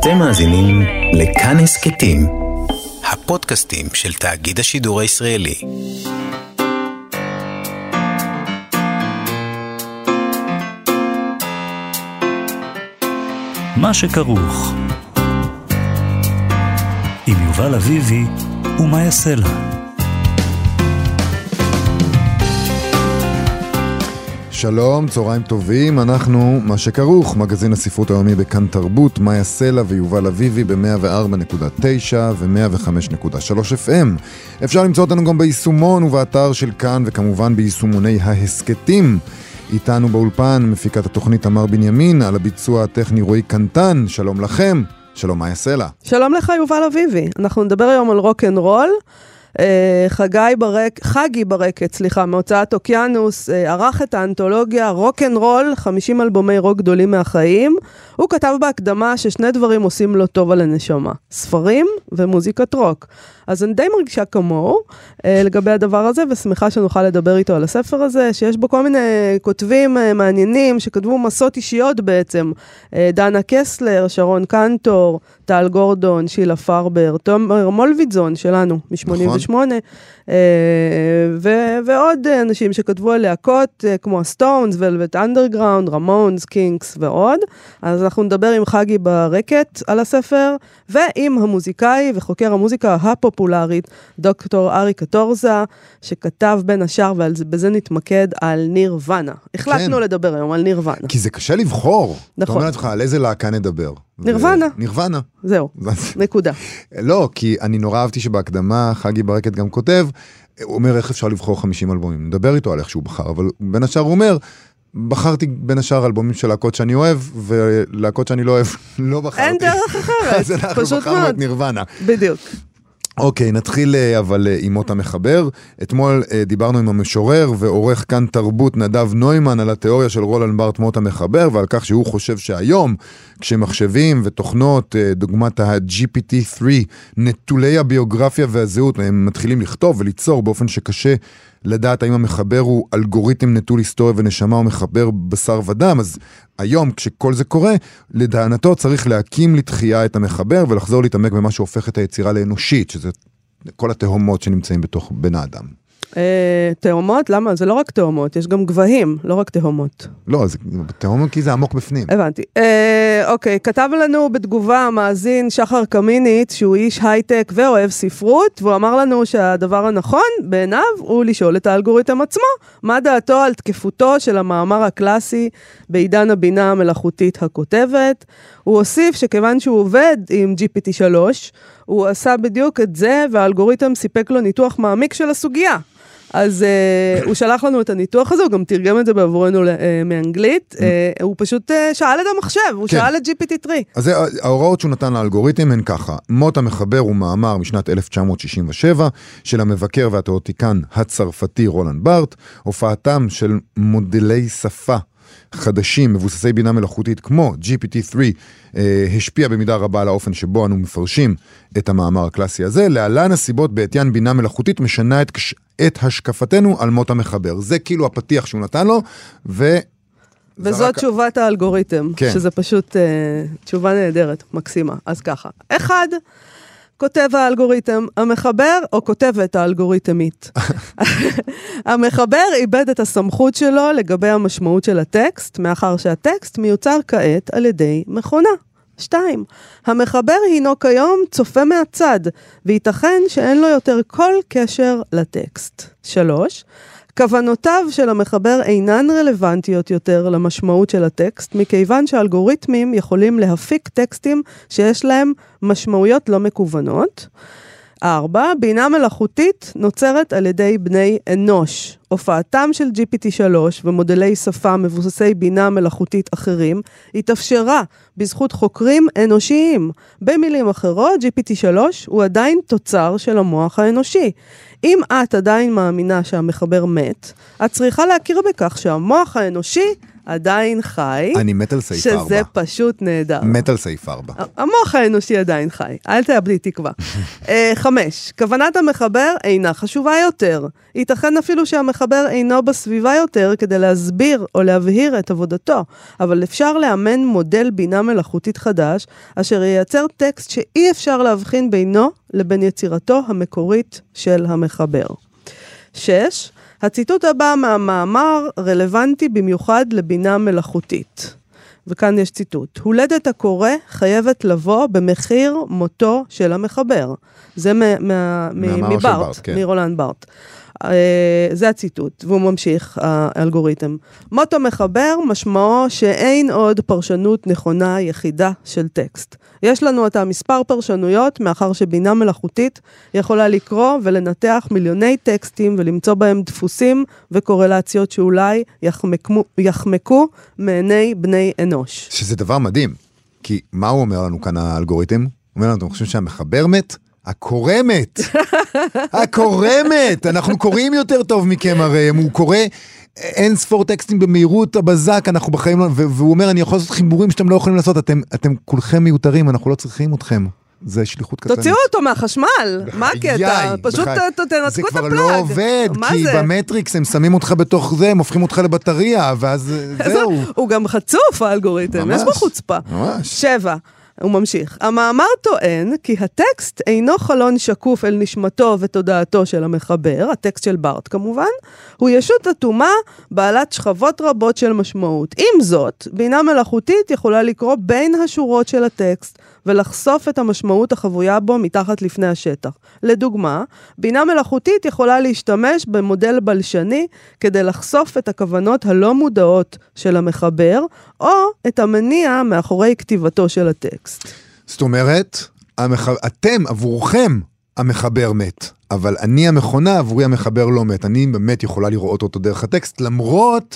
אתם מאזינים לכאן הסכתים, הפודקאסטים של תאגיד השידור הישראלי. מה שכרוך עם יובל אביבי ומה יעשה לה. שלום, צהריים טובים, אנחנו מה שכרוך, מגזין הספרות היומי בכאן תרבות, מה יעשה לה ויובל אביבי ב-104.9 ו-105.3 FM. אפשר למצוא אותנו גם ביישומון ובאתר של כאן, וכמובן ביישומוני ההסכתים. איתנו באולפן מפיקת התוכנית תמר בנימין, על הביצוע הטכני רועי קנטן. שלום לכם, שלום מה יעשה לה. שלום לך יובל אביבי, אנחנו נדבר היום על רוק אנד רול. חגי ברקת, מהוצאת אוקיינוס, ערך את האנתולוגיה רוק אנד רול, 50 אלבומי רוק גדולים מהחיים. הוא כתב בהקדמה ששני דברים עושים לו טוב על הנשמה, ספרים ומוזיקת רוק. אז אני די מרגישה כמוהו לגבי הדבר הזה, ושמחה שנוכל לדבר איתו על הספר הזה, שיש בו כל מיני כותבים מעניינים, שכתבו מסות אישיות בעצם, דנה קסלר, שרון קנטור, טל גורדון, שילה פרבר, תומר מולביטזון שלנו, מ-88, ועוד אנשים שכתבו על להקות, כמו הסטונס, ולווט אנדרגראונד, רמונס, קינקס ועוד. אז אנחנו נדבר עם חגי ברקת על הספר, ועם המוזיקאי וחוקר המוזיקה הפופולרית, דוקטור ארי קטורזה, שכתב בין השאר, ובזה נתמקד על נירוונה. החלטנו לדבר היום על נירוונה. כי זה קשה לבחור. נכון. אתה אומר לך, על איזה להקה נדבר? נירוונה. נירוונה. זהו, נקודה. לא, כי אני נורא אהבתי שבהקדמה חגי ברקת גם כותב, הוא אומר איך אפשר לבחור 50 אלבומים. נדבר איתו על איך שהוא בחר, אבל בין השאר הוא אומר, בחרתי בין השאר אלבומים של להקות שאני אוהב, ולהקות שאני לא אוהב, לא בחרתי. אין דרך אחרת. אז אנחנו בחרנו את נירוונה. בדיוק. אוקיי, נתחיל אבל עם מות המחבר. אתמול דיברנו עם המשורר ועורך כאן תרבות נדב נוימן על התיאוריה של רולנד בארת מות המחבר, ועל כך שהוא חושב שהיום, כשמחשבים ותוכנות דוגמת ה-GPT-3, נטולי הביוגרפיה והזהות, הם מתחילים לכתוב וליצור באופן שקשה לדעת האם המחבר הוא אלגוריתם נטול היסטוריה ונשמה או מחבר בשר ודם. אז היום כשכל זה קורה, לדענתו צריך להקים לתחייה את המחבר ולחזור להתעמק במה שהופך את היצירה לאנושית, שזה כל התהומות שנמצאים בתוך בן האדם. תהומות? למה? זה לא רק תהומות, יש גם גבהים, לא רק תהומות. לא, זה תהומות כי זה עמוק בפנים. הבנתי. אוקיי, כתב לנו בתגובה המאזין שחר קמינית, שהוא איש הייטק ואוהב ספרות, והוא אמר לנו שהדבר הנכון בעיניו הוא לשאול את האלגוריתם עצמו, מה דעתו על תקפותו של המאמר הקלאסי בעידן הבינה המלאכותית הכותבת. הוא הוסיף שכיוון שהוא עובד עם GPT-3, הוא עשה בדיוק את זה, והאלגוריתם סיפק לו ניתוח מעמיק של הסוגיה. אז הוא שלח לנו את הניתוח הזה, הוא גם תרגם את זה בעבורנו מאנגלית, הוא פשוט שאל את המחשב, הוא שאל את GPT-3. אז ההוראות שהוא נתן לאלגוריתם הן ככה, מות המחבר הוא מאמר משנת 1967, של המבקר והתיאורטיקן הצרפתי רולנד בארת, הופעתם של מודלי שפה חדשים, מבוססי בינה מלאכותית כמו GPT-3, השפיע במידה רבה על האופן שבו אנו מפרשים את המאמר הקלאסי הזה. להלן הסיבות בעטיין בינה מלאכותית משנה את השקפתנו על מות המחבר. זה כאילו הפתיח שהוא נתן לו, וזאת תשובת האלגוריתם, כן. שזה פשוט תשובה נהדרת, מקסימה. אז ככה, אחד, כותב האלגוריתם, המחבר, או כותבת האלגוריתמית. המחבר איבד את הסמכות שלו לגבי המשמעות של הטקסט, מאחר שהטקסט מיוצר כעת על ידי מכונה. 2. המחבר הינו כיום צופה מהצד, וייתכן שאין לו יותר כל קשר לטקסט. 3. כוונותיו של המחבר אינן רלוונטיות יותר למשמעות של הטקסט, מכיוון שהאלגוריתמים יכולים להפיק טקסטים שיש להם משמעויות לא מקוונות. 4. בינה מלאכותית נוצרת על ידי בני אנוש. הופעתם של GPT-3 ומודלי שפה מבוססי בינה מלאכותית אחרים התאפשרה בזכות חוקרים אנושיים. במילים אחרות, GPT-3 הוא עדיין תוצר של המוח האנושי. אם את עדיין מאמינה שהמחבר מת, את צריכה להכיר בכך שהמוח האנושי עדיין חי. אני מת על סעיף 4. שזה פשוט נהדר. מת על סעיף 4. המוח האנושי עדיין חי. אל תאבדי תקווה. 5. כוונת המחבר אינה חשובה יותר. ייתכן אפילו שהמחבר אינו בסביבה יותר כדי להסביר או להבהיר את עבודתו. אבל אפשר לאמן מודל בינה מלאכותית חדש, אשר ייצר טקסט שאי אפשר להבחין בינו לבין יצירתו המקורית של המחבר. 6. הציטוט הבא מהמאמר רלוונטי במיוחד לבינה מלאכותית. וכאן יש ציטוט. הולדת הקורא חייבת לבוא במחיר מותו של המחבר. זה מבארט, כן. מרולנד בארט. זה הציטוט, והוא ממשיך, האלגוריתם. מות המחבר משמעו שאין עוד פרשנות נכונה יחידה של טקסט. יש לנו אותה מספר פרשנויות, מאחר שבינה מלאכותית יכולה לקרוא ולנתח מיליוני טקסטים, ולמצוא בהם דפוסים וקורלציות שאולי יחמקו מעיני בני אנוש. שזה דבר מדהים, כי מה הוא אומר לנו כאן האלגוריתם? הוא אומר לנו, אתם חושבים שהמחבר מת? הקורא מת. הקורא מת. אנחנו קוראים יותר טוב מכם הרי. הוא קורא אין ספור טקסטים במהירות הבזק, אנחנו בחיים לא... והוא אומר, אני יכול לעשות חיבורים שאתם לא יכולים לעשות, אתם כולכם מיותרים, אנחנו לא צריכים אתכם. זה שליחות קטנית. תוציאו אותו מהחשמל. מה הקטע? פשוט תנתקו את הפלאג. זה כבר לא עובד, כי במטריקס הם שמים אותך בתוך זה, הם הופכים אותך לבטריה, ואז זהו. הוא גם חצוף האלגוריתם, יש בו חוצפה. ממש. 7. הוא ממשיך. המאמר טוען כי הטקסט אינו חלון שקוף אל נשמתו ותודעתו של המחבר, הטקסט של בארט כמובן, הוא ישות אטומה בעלת שכבות רבות של משמעות. עם זאת, בינה מלאכותית יכולה לקרוא בין השורות של הטקסט ולחשוף את המשמעות החבויה בו מתחת לפני השטח. לדוגמה, בינה מלאכותית יכולה להשתמש במודל בלשני כדי לחשוף את הכוונות הלא מודעות של המחבר, או את המניע מאחורי כתיבתו של הטקסט. זאת אומרת, אתם, עבורכם, המחבר מת. אבל אני המכונה, עבורי המחבר לא מת. אני באמת יכולה לראות אותו דרך הטקסט, למרות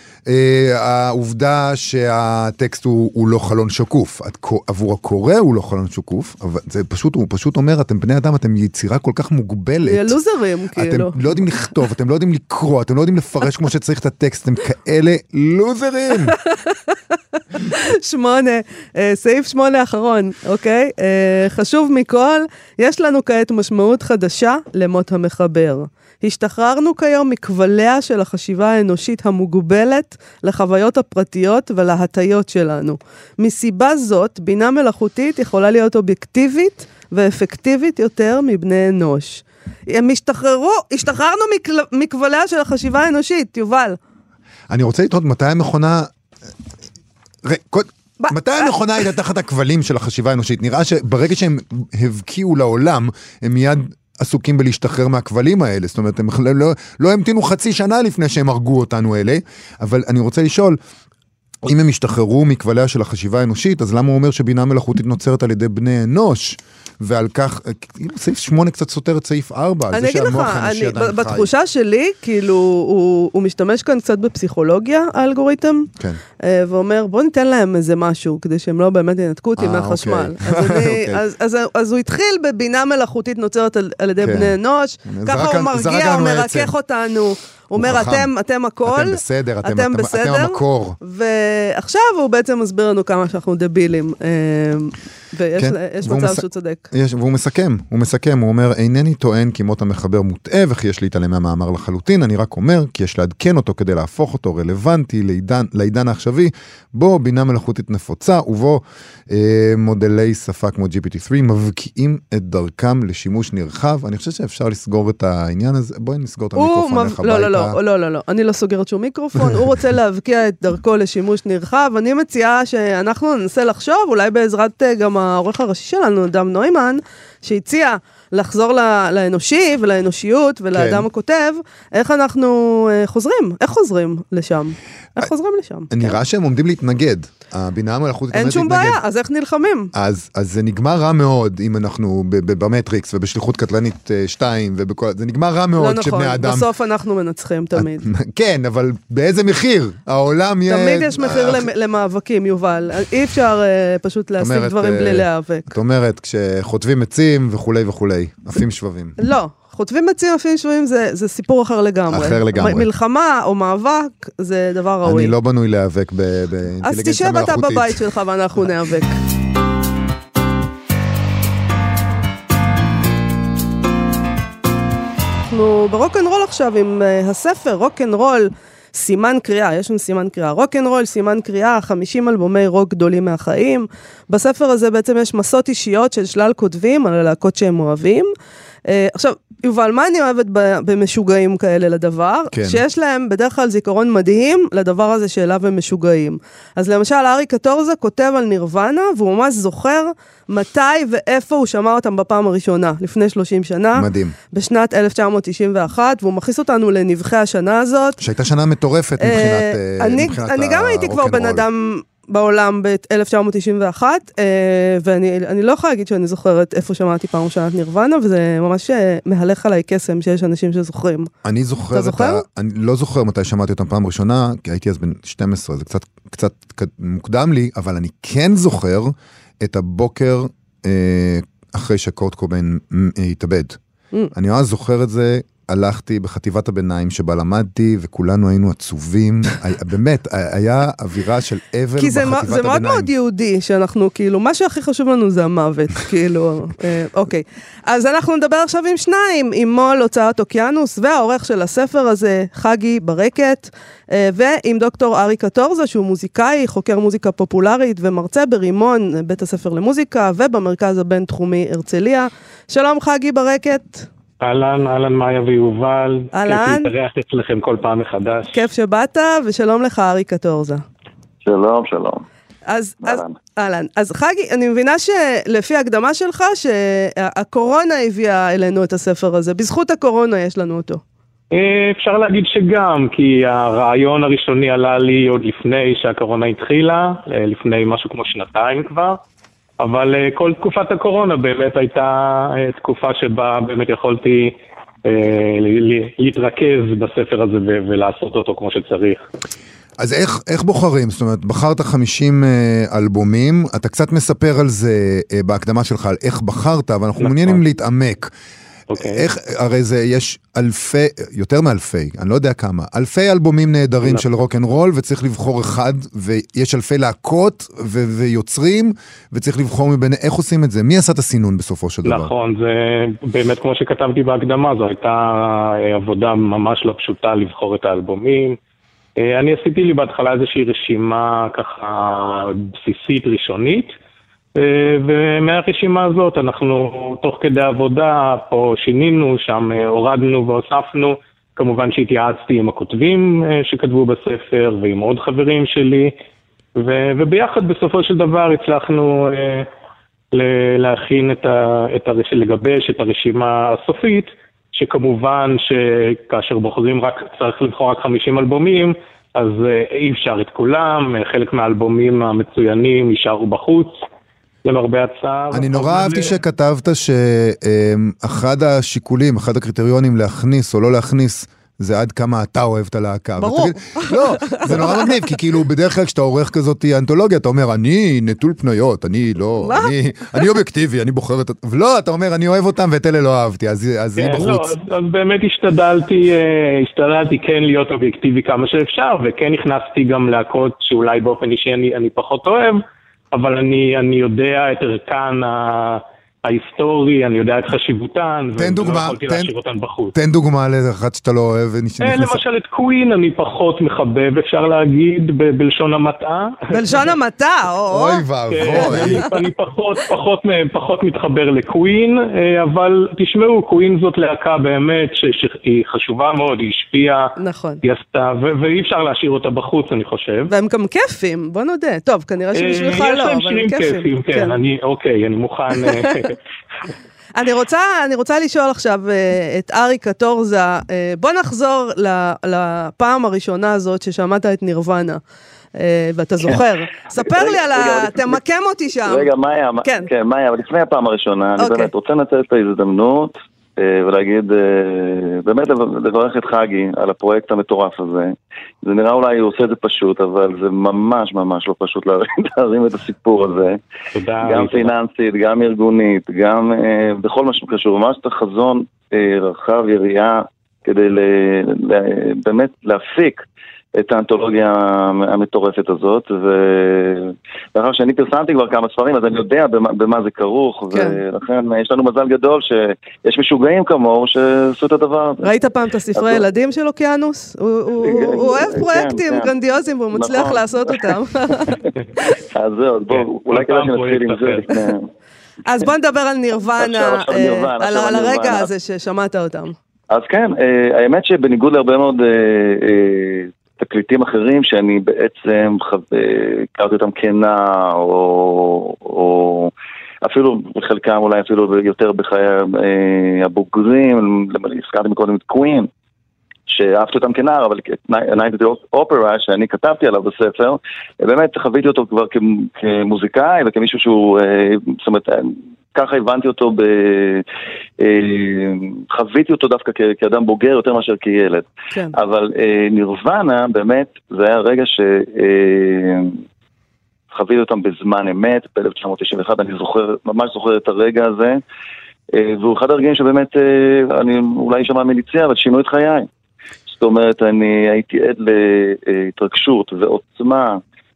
העובדה שהטקסט הוא לא חלון שקוף. עבור הקורא הוא לא חלון שקוף, אבל זה פשוט, הוא פשוט אומר, אתם בני אדם, אתם יצירה כל כך מוגבלת. לוזרים, כאילו. אתם לא יודעים לכתוב, אתם לא יודעים לקרוא, אתם לא יודעים לפרש כמו שצריך את הטקסט, אתם כאלה לוזרים. 8, סעיף 8 האחרון, אוקיי? חשוב מכל, יש לנו כעת משמעות חדשה למות המחבר. השתחררנו כיום מכבליה של החשיבה האנושית המוגבלת לחוויות הפרטיות ולהטיות שלנו. מסיבה זאת, בינה מלאכותית יכולה להיות אובייקטיבית ואפקטיבית יותר מבני אנוש. השתחררנו מכבליה של החשיבה האנושית, יובל. אני רוצה לתהות מתי המכונה... מתי המכונה הייתה תחת הכבלים של החשיבה האנושית? נראה שברגע שהם הבקיעו לעולם, הם מיד עסוקים בלהשתחרר מהכבלים האלה. זאת אומרת, הם לא המתינו חצי שנה לפני שהם הרגו אותנו אלה. אבל אני רוצה לשאול, אם הם השתחררו מכבליה של החשיבה האנושית, אז למה הוא אומר שבינה מלאכותית נוצרת על ידי בני אנוש? ועל כך, כאילו, סעיף 8 קצת סותר את סעיף 4. אני אגיד לך, בתחושה שלי, כאילו, הוא משתמש כאן קצת בפסיכולוגיה, האלגוריתם, כן. ואומר, בוא ניתן להם איזה משהו, כדי שהם לא באמת ינתקו אותי מהחשמל. אז הוא התחיל בבינה מלאכותית נוצרת על ידי בני אנוש, ככה הוא מרגיע, הוא מרכך אותנו, הוא אומר, אתם הכל, אתם בסדר, אתם המקור. ועכשיו הוא בעצם מסביר לנו כמה שאנחנו דבילים, ויש מצב שהוא צודק. והוא מסכם, הוא אומר, אינני טוען כי מות המחבר מוטעה, וכי יש להתעלם מהמאמר לחלוטין, אני רק אומר, כי יש לעדכן אותו כדי להפוך אותו רלוונטי לעידן העכשווי, בו בינה מלאכותית נפוצה, ובו מודלי שפה כמו GPT-3 מבקיעים את דרכם לשימוש נרחב. אני חושב שאפשר לסגור את העניין הזה, בואי נסגור את המיקרופון לך הביתה. לא, אני לא סוגרת שום מיקרופון, הוא רוצה להבקיע את דרכו לשימוש נרחב, אני מציעה שאנחנו ננסה לחשוב, אולי בעזרת גם העורך הראשי שלנו, אדם נוימן, שהציע לחזור לאנושי ולאנושיות ולאדם הכותב, איך אנחנו חוזרים? איך חוזרים לשם? נראה שהם עומדים להתנגד. הבינה המלאכותית אין שום בעיה, אז איך נלחמים? אז זה נגמר רע מאוד, אם אנחנו במטריקס ובשליחות קטלנית 2, זה נגמר רע מאוד שבני אדם... לא נכון, בסוף אנחנו מנצחים תמיד. כן, אבל באיזה מחיר? העולם יהיה... תמיד יש מחיר למאבקים, יובל. אי אפשר פשוט להשיג דברים בלי להיאבק. את אומרת, כשחוטבים עצים וכולי וכולי, עפים שבבים. לא. חוטבים עצים אפילו שבויים זה סיפור אחר לגמרי. אחר לגמרי. מלחמה או מאבק זה דבר ראוי. אני לא בנוי להיאבק באינטליגנציה מלאכותית. אז תשב אתה בבית שלך ואנחנו ניאבק. אנחנו ברוק'נ'רול עכשיו עם הספר רוק'נ'רול סימן קריאה, יש שם סימן קריאה, רוק'נ'רול סימן קריאה, 50 אלבומי רוק גדולים מהחיים. בספר הזה בעצם יש מסות אישיות של שלל כותבים על הלהקות שהם אוהבים. עכשיו, יובל, מה אני אוהבת במשוגעים כאלה לדבר? כן. שיש להם בדרך כלל זיכרון מדהים לדבר הזה שאליו הם משוגעים. אז למשל, אריק קטורזה כותב על נירוונה, והוא ממש זוכר מתי ואיפה הוא שמע אותם בפעם הראשונה, לפני 30 שנה. מדהים. בשנת 1991, והוא מכניס אותנו לנבחי השנה הזאת. שהייתה שנה מטורפת מבחינת אני גם הייתי כבר בן אדם בעולם ב-1991, ואני לא יכולה להגיד שאני זוכרת איפה שמעתי פעם ראשונה את נירוונה, וזה ממש מהלך עליי קסם שיש אנשים שזוכרים. אני זוכר, אתה זוכר? אני לא זוכר מתי שמעתי אותם פעם ראשונה, כי הייתי אז בן 12, זה קצת מוקדם לי, אבל אני כן זוכר את הבוקר אחרי שקורט קוביין התאבד. אני ממש זוכר את זה, הלכתי בחטיבת הביניים שבה למדתי, וכולנו היינו עצובים. באמת, היה אווירה של אבל בחטיבת הביניים. כי זה מאוד מאוד יהודי, שאנחנו כאילו, מה שהכי חשוב לנו זה המוות, כאילו, אוקיי. אז אנחנו נדבר עכשיו עם שניים, עם מול הוצאת אוקיינוס, והעורך של הספר הזה, חגי ברקת, ועם דוקטור אריק קטורזה, שהוא מוזיקאי, חוקר מוזיקה פופולרית, ומרצה ברימון, בית הספר למוזיקה, ובמרכז הבינתחומי הרצליה. שלום חגי ברקת. אהלן מאיה ויובל. אהלן. כיף להתארח אצלכם כל פעם מחדש. כיף שבאת, ושלום לך אריק קטורזה. שלום. אהלן. אז חגי, אני מבינה שלפי הקדמה שלך, שהקורונה הביאה אלינו את הספר הזה. בזכות הקורונה יש לנו אותו. אפשר להגיד שגם, כי הרעיון הראשוני עלה לי עוד לפני שהקורונה התחילה, לפני משהו כמו 2 כבר. אבל כל תקופת הקורונה באמת הייתה תקופה שבה באמת יכולתי להתרכז בספר הזה ולעשות אותו כמו שצריך. אז איך בוחרים? זאת אומרת, בחרת 50 אלבומים, אתה קצת מספר על זה בהקדמה שלך, על איך בחרת, אבל אנחנו מעוניינים להתעמק. איך, הרי זה, יש אלפי, יותר מאלפי, אני לא יודע כמה, אלפי אלבומים נהדרים של רוק'נ'רול, וצריך לבחור אחד, ויש אלפי להקות ויוצרים, וצריך לבחור מבין, איך עושים את זה? מי עשה את הסינון בסופו של דבר? נכון, זה באמת כמו שכתבתי בהקדמה, זו הייתה עבודה ממש לא פשוטה לבחור את האלבומים. אני עשיתי לי בהתחלה איזושהי רשימה ככה בסיסית ראשונית, ומהרשימה הזאת אנחנו תוך כדי עבודה פה שינינו, שם הורדנו והוספנו, כמובן שהתייעצתי עם הכותבים שכתבו בספר ועם עוד חברים שלי, וביחד בסופו של דבר הצלחנו להכין לגבש את הרשימה הסופית, שכמובן שכאשר בוחרים צריך לבחור רק 50 אלבומים, אז אי אפשר את כולם, חלק מהאלבומים המצוינים יישארו בחוץ, למרבה הצער. אני נורא אהבתי שכתבת שאחד השיקולים, אחד הקריטריונים להכניס או לא להכניס, זה עד כמה אתה אוהב את הלהקה. ברור. לא, זה נורא מגניב, כי כאילו בדרך כלל כשאתה עורך כזאת אנתולוגיה, אתה אומר, אני נטול פנויות, אני לא, אני אובייקטיבי, אני בוחר את... ולא, אתה אומר, אני אוהב אותם ואת אלה לא אהבתי, אז היא בחוץ. אז באמת השתדלתי כן להיות אובייקטיבי כמה שאפשר, וכן הכנסתי גם להקות שאולי באופן אישי אני פחות אוהב, אבל אני יודע את ערכן ההיסטורי, אני יודע את חשיבותן, ולא יכולתי להשאיר אותן בחוץ. תן דוגמה לאחת שאתה לא אוהב. למשל את קווין אני פחות מחבב, אפשר להגיד, בלשון המעטה. בלשון המעטה, אוי ואבוי. אני פחות מתחבר לקווין, אבל תשמעו, קווין זאת להקה באמת שהיא חשובה מאוד, היא השפיעה, היא עשתה, ואי אפשר להשאיר אותה בחוץ, אני חושב. והם גם כיפים, בוא נודה. טוב, כנראה שבשבילך לא, אבל הם כיפים. יש להם שירים כיפים, כן, אני מוכן... אני רוצה לשאול עכשיו את אריק קטורזה, בוא נחזור לפעם הראשונה הזאת ששמעת את נירוונה, ואתה זוכר. ספר לי על תמקם אותי שם. רגע, מאיה, אבל לפני הפעם הראשונה, אני באמת רוצה לנצל את ההזדמנות, ולהגיד, באמת לברך את חגי על הפרויקט המטורף הזה. זה נראה אולי הוא עושה את זה פשוט, אבל זה ממש ממש לא פשוט להרים את הסיפור הזה. גם פיננסית, גם ארגונית, גם בכל מה שקשור. ממש את החזון רחב יריעה כדי באמת להפיק את האנתולוגיה המטורפת הזאת, ולאחר שאני פרסמתי כבר כמה ספרים, אז אני יודע במה זה כרוך, ולכן יש לנו מזל גדול שיש משוגעים כמוהו שעשו את הדבר הזה. ראית פעם את הספרי ילדים של אוקיינוס? הוא אוהב פרויקטים גרנדיוזיים, והוא מצליח לעשות אותם. אז זהו, בואו, אולי כדאי שנתחיל עם זה לפני... אז בוא נדבר על נירוונה, על הרגע הזה ששמעת אותם. אז כן, האמת שבניגוד להרבה מאוד תקליטים אחרים שאני בעצם הכרתי אותם כנער, או אפילו בחלקם אולי אפילו יותר בחיי הבוגרים, הזכרתי מקודם את קווין, שאהבתי אותם כנער, אבל Night at the Opera שאני כתבתי עליו בספר, באמת חוויתי אותו כבר כמוזיקאי וכמישהו שהוא, זאת אומרת, ככה הבנתי אותו, חוויתי אותו דווקא כאדם בוגר יותר מאשר כילד. כן. אבל נירוונה, באמת, זה היה רגע חוויתי אותם בזמן אמת, ב-1991, אני ממש זוכר את הרגע הזה, והוא אחד הרגעים שבאמת, אני אולי שמע מליציה, אבל שינו את חיי. זאת אומרת, אני הייתי עד להתרגשות ועוצמה,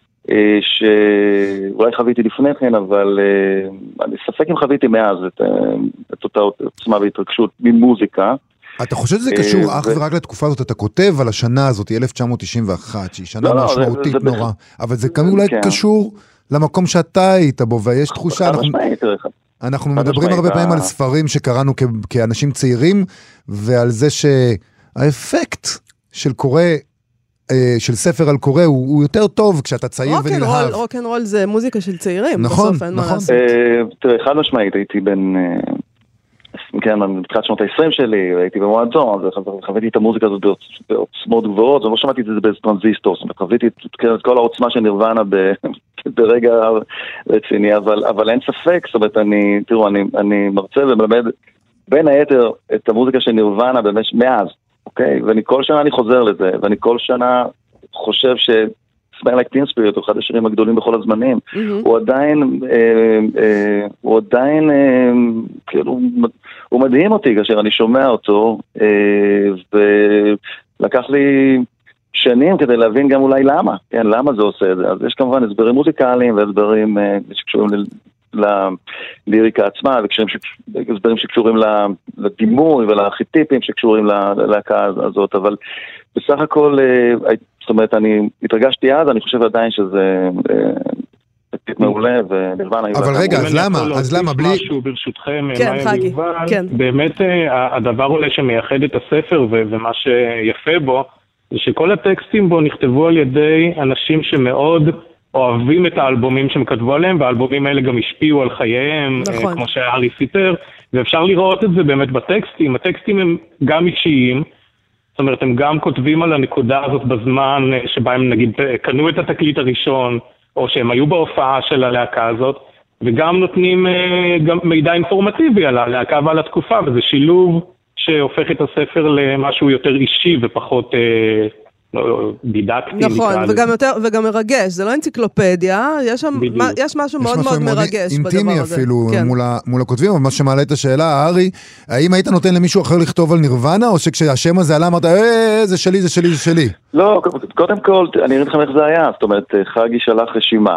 שאולי חוויתי לפני כן, אבל אני ספק אם חוויתי מאז את אותה עוצמה והתרגשות ממוזיקה. אתה חושב שזה קשור אך ורק לתקופה הזאת? אתה כותב על השנה הזאת, 1991, שהיא שנה משמעותית נורא, אבל זה גם אולי קשור למקום שאתה היית בו, ויש תחושה, אנחנו מדברים הרבה פעמים על ספרים שקראנו כאנשים צעירים, ועל זה שהאפקט של קורא, של ספר על קורא הוא יותר טוב כשאתה צעיר ונלהב. רוק'נ'רול זה מוזיקה של צעירים. נכון, נכון. תראה, חד משמעית, הייתי בין... כן, בתחילת שנות ה-20 שלי, הייתי במועדון, וחוויתי את המוזיקה הזאת בעוצמות גבוהות, ולא שמעתי את זה באיזה טרנזיסטור, זאת אומרת, חוויתי את כל העוצמה של נירוונה ברגע רציני, אבל אין ספק, זאת אומרת, תראו, אני מרצה ומלמד בין היתר את המוזיקה של נירוונה מאז, אוקיי? כל שנה אני חוזר לזה, ואני כל שנה חושב ש... Smell Like Teen Spirit, הוא אחד השירים הגדולים בכל הזמנים. הוא עדיין, כאילו, הוא מדהים אותי כאשר אני שומע אותו, ולקח לי שנים כדי להבין גם אולי למה, כן, למה זה עושה את זה. אז יש כמובן הסברים מוזיקליים והסברים שקשורים לליריקה עצמה, והסברים שקשורים לדימוי ולארכיטיפים שקשורים ללהקה הזאת, אבל בסך הכל, זאת אומרת, אני התרגשתי אז, אני חושב עדיין שזה תקליט מעולה, ונירוונה... אבל רגע, אז למה? בלי... משהו ברשותכם, כן, חגי, כן. באמת, הדבר אולי שמייחד את הספר, ומה שיפה בו, זה שכל הטקסטים בו נכתבו על ידי אנשים שמאוד אוהבים את האלבומים שהם כתבו עליהם, והאלבומים האלה גם השפיעו על חייהם, נכון. כמו שהארי סיפר, ואפשר לראות את זה באמת בטקסטים. הטקסטים הם גם אישיים, זאת אומרת, הם גם כותבים על הנקודה הזאת בזמן שבה הם נגיד קנו את התקליט הראשון, או שהם היו בהופעה של הלהקה הזאת, וגם נותנים גם מידע אינפורמטיבי על הלהקה ועל התקופה, וזה שילוב שהופך את הספר למשהו יותר אישי ופחות דידקטי. נכון, וגם מרגש, זה לא אנציקלופדיה, יש משהו מאוד מאוד מרגש בדבר הזה. אינטימי אפילו מול הכותבים, אבל מה שמעלה את השאלה, הארי, האם היית נותן למישהו אחר לכתוב על נירוונה, או שכשהשם הזה עלה אמרת, זה שלי, זה שלי, זה שלי? לא, קודם כל, אני אראה לכם איך זה היה, זאת אומרת, חגי שלח רשימה,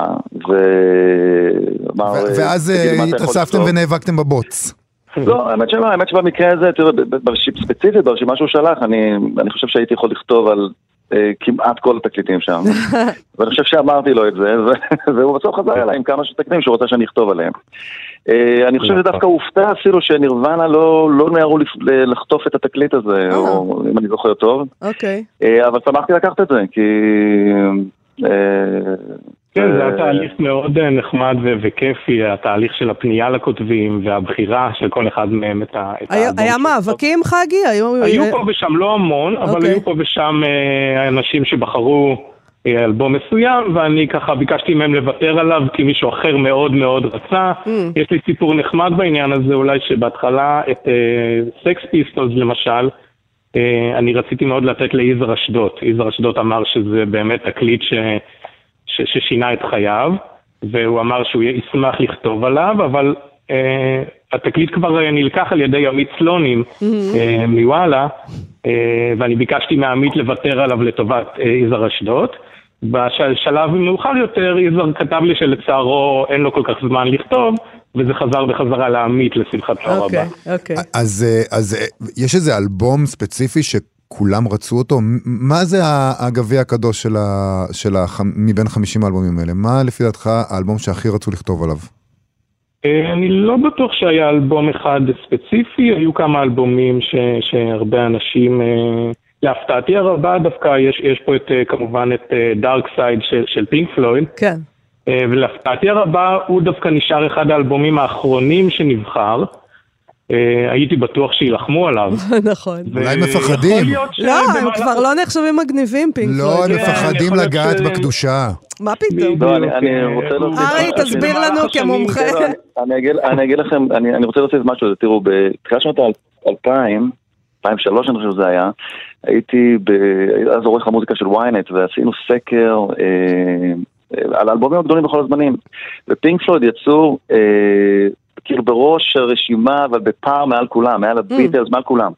ואז התאספתם ונאבקתם בבוץ. לא, האמת שבמקרה הזה, ספציפית, ברשימה שהוא שלח, אני חושב שהייתי יכול לכתוב על כמעט כל התקליטים שם. ואני חושב שאמרתי לו את זה, והוא בסוף חזר אליי עם כמה תקליטים שהוא רוצה שאני אכתוב עליהם. אני חושב שדווקא הופתע אפילו שנירוונה לא נערו לחטוף את התקליט הזה, או אם אני זוכר טוב. אוקיי. אבל שמחתי לקחת את זה, כי... כן, זה היה תהליך מאוד נחמד וכיפי, התהליך של הפנייה לכותבים והבחירה של כל אחד מהם את האלבום. היה מאבקים, חגי? היו פה ושם לא המון, אבל היו פה ושם אנשים שבחרו אלבום מסוים, ואני ככה ביקשתי מהם לוותר עליו, כי מישהו אחר מאוד מאוד רצה. יש לי סיפור נחמד בעניין הזה, אולי שבהתחלה את סקס פיסטולס למשל, אני רציתי מאוד לתת ליזהר אשדוד. יזהר אשדוד אמר שזה באמת תקליט ששינה את חייו, והוא אמר שהוא ישמח לכתוב עליו, אבל התקליט כבר נלקח על ידי עמית סלונים מוואלה, ואני ביקשתי מעמית לוותר עליו לטובת יזהר אשדוד. בשלב מאוחר יותר, יזהר כתב לי שלצערו אין לו כל כך זמן לכתוב, וזה חזר בחזרה לעמית לשמחתו הרבה. אוקיי. אז יש איזה אלבום ספציפי שכולם רצו אותו? מה זה הגביע הקדוש מבין 50 האלבומים האלה? מה לפי דעתך האלבום שהכי רצו לכתוב עליו? אני לא בטוח שהיה אלבום אחד ספציפי, היו כמה אלבומים שהרבה אנשים, להפתעתי הרבה דווקא, יש פה כמובן את דארק סייד של פינק פלויד. כן. ולהפתעתי הרבה הוא דווקא נשאר אחד האלבומים האחרונים שנבחר. הייתי בטוח שילחמו עליו. נכון. אולי מפחדים. לא, הם כבר לא נחשבים מגניבים פינק פלויד. לא, הם מפחדים לגעת בקדושה. מה פתאום? אני רוצה להוסיף... ארי, תסביר לנו כמומחה. אני אגיד לכם, אני רוצה להוסיף משהו, תראו, בתחילת שנות 2000, 2003 אני חושב שזה היה, הייתי אז עורך המוזיקה של ynet, ועשינו סקר על האלבומים הגדולים בכל הזמנים. ופינק פלויד יצאו כאילו בראש הרשימה, אבל בפער מעל כולם, מעל הביטלס, מעל כולם.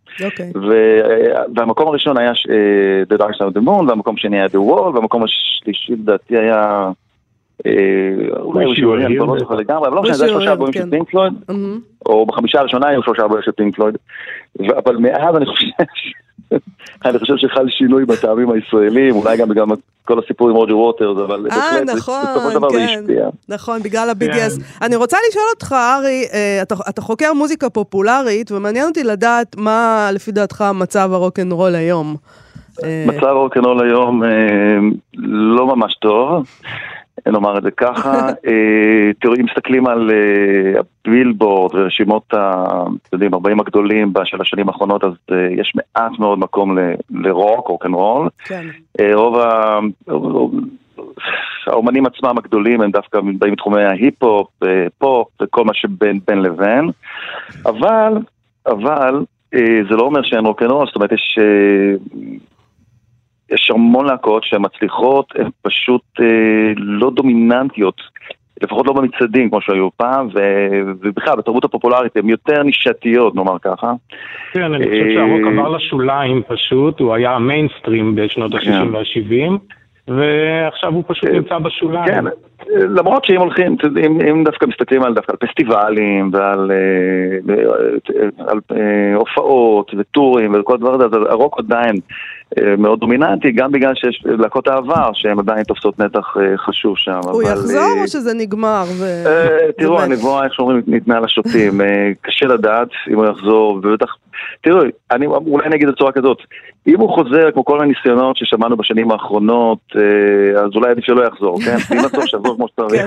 והמקום הראשון היה The Dark Side of the Moon, והמקום שני היה The Wall, והמקום השלישי לדעתי היה אולי הוא שיעורי, אני לא זוכר לגמרי, אבל לא משנה, זה 3 אלבומים של פינק פלויד, או ב5 הראשונה היו 3 אלבומים של פינק פלויד, אבל מאז אני חושב שחל שינוי בטעמים הישראלים, אולי גם בגלל כל הסיפור עם רוג'ר ווטרס, אבל בסופו של דבר זה השפיע. נכון, בגלל ה-BDS. אני רוצה לשאול אותך, ארי, אתה חוקר מוזיקה פופולרית, ומעניין אותי לדעת מה לפי דעתך מצב הרוק'נ'רול היום. מצב הרוק'נ'רול היום לא ממש טוב. נאמר את זה ככה, תראו, אם מסתכלים על הבילבורד ורשימות 40 הגדולים של השנים האחרונות, אז יש מעט מאוד מקום לרוק, רוק'נ'רול. רוב האומנים עצמם הגדולים הם דווקא באים מתחומי ההיפ-הופ, פופ וכל מה שבין לבין, אבל זה לא אומר שאין רוק'נ'רול, זאת אומרת יש המון להקות שמצליחות, הן פשוט לא דומיננטיות, לפחות לא במצעדים כמו שהיו פעם, ובכלל בתרבות הפופולרית הן יותר נישתיות, נאמר ככה. כן, אני חושב שהרוק עבר לשוליים פשוט, הוא היה המיינסטרים בשנות ה-60 וה-70, ועכשיו הוא פשוט נמצא בשוליים. כן, למרות שאם הולכים, אם דווקא מסתכלים על פסטיבלים ועל הופעות וטורים וכל דבר הזה, אז הרוק עדיין מאוד דומיננטי, גם בגלל שיש להקות העבר שהן עדיין תופסות נתח חשוב שם. הוא יחזור או שזה נגמר? תראו, הנבואה, איך שאומרים, ניתנה לשוטים. קשה לדעת אם הוא יחזור, ובטח, תראו, אולי נגיד בצורה כזאת, אם הוא חוזר כמו כל הניסיונות ששמענו בשנים האחרונות, אז אולי עדיף שלא יחזור, כן? אם נצור שיחזור כמו שצריך.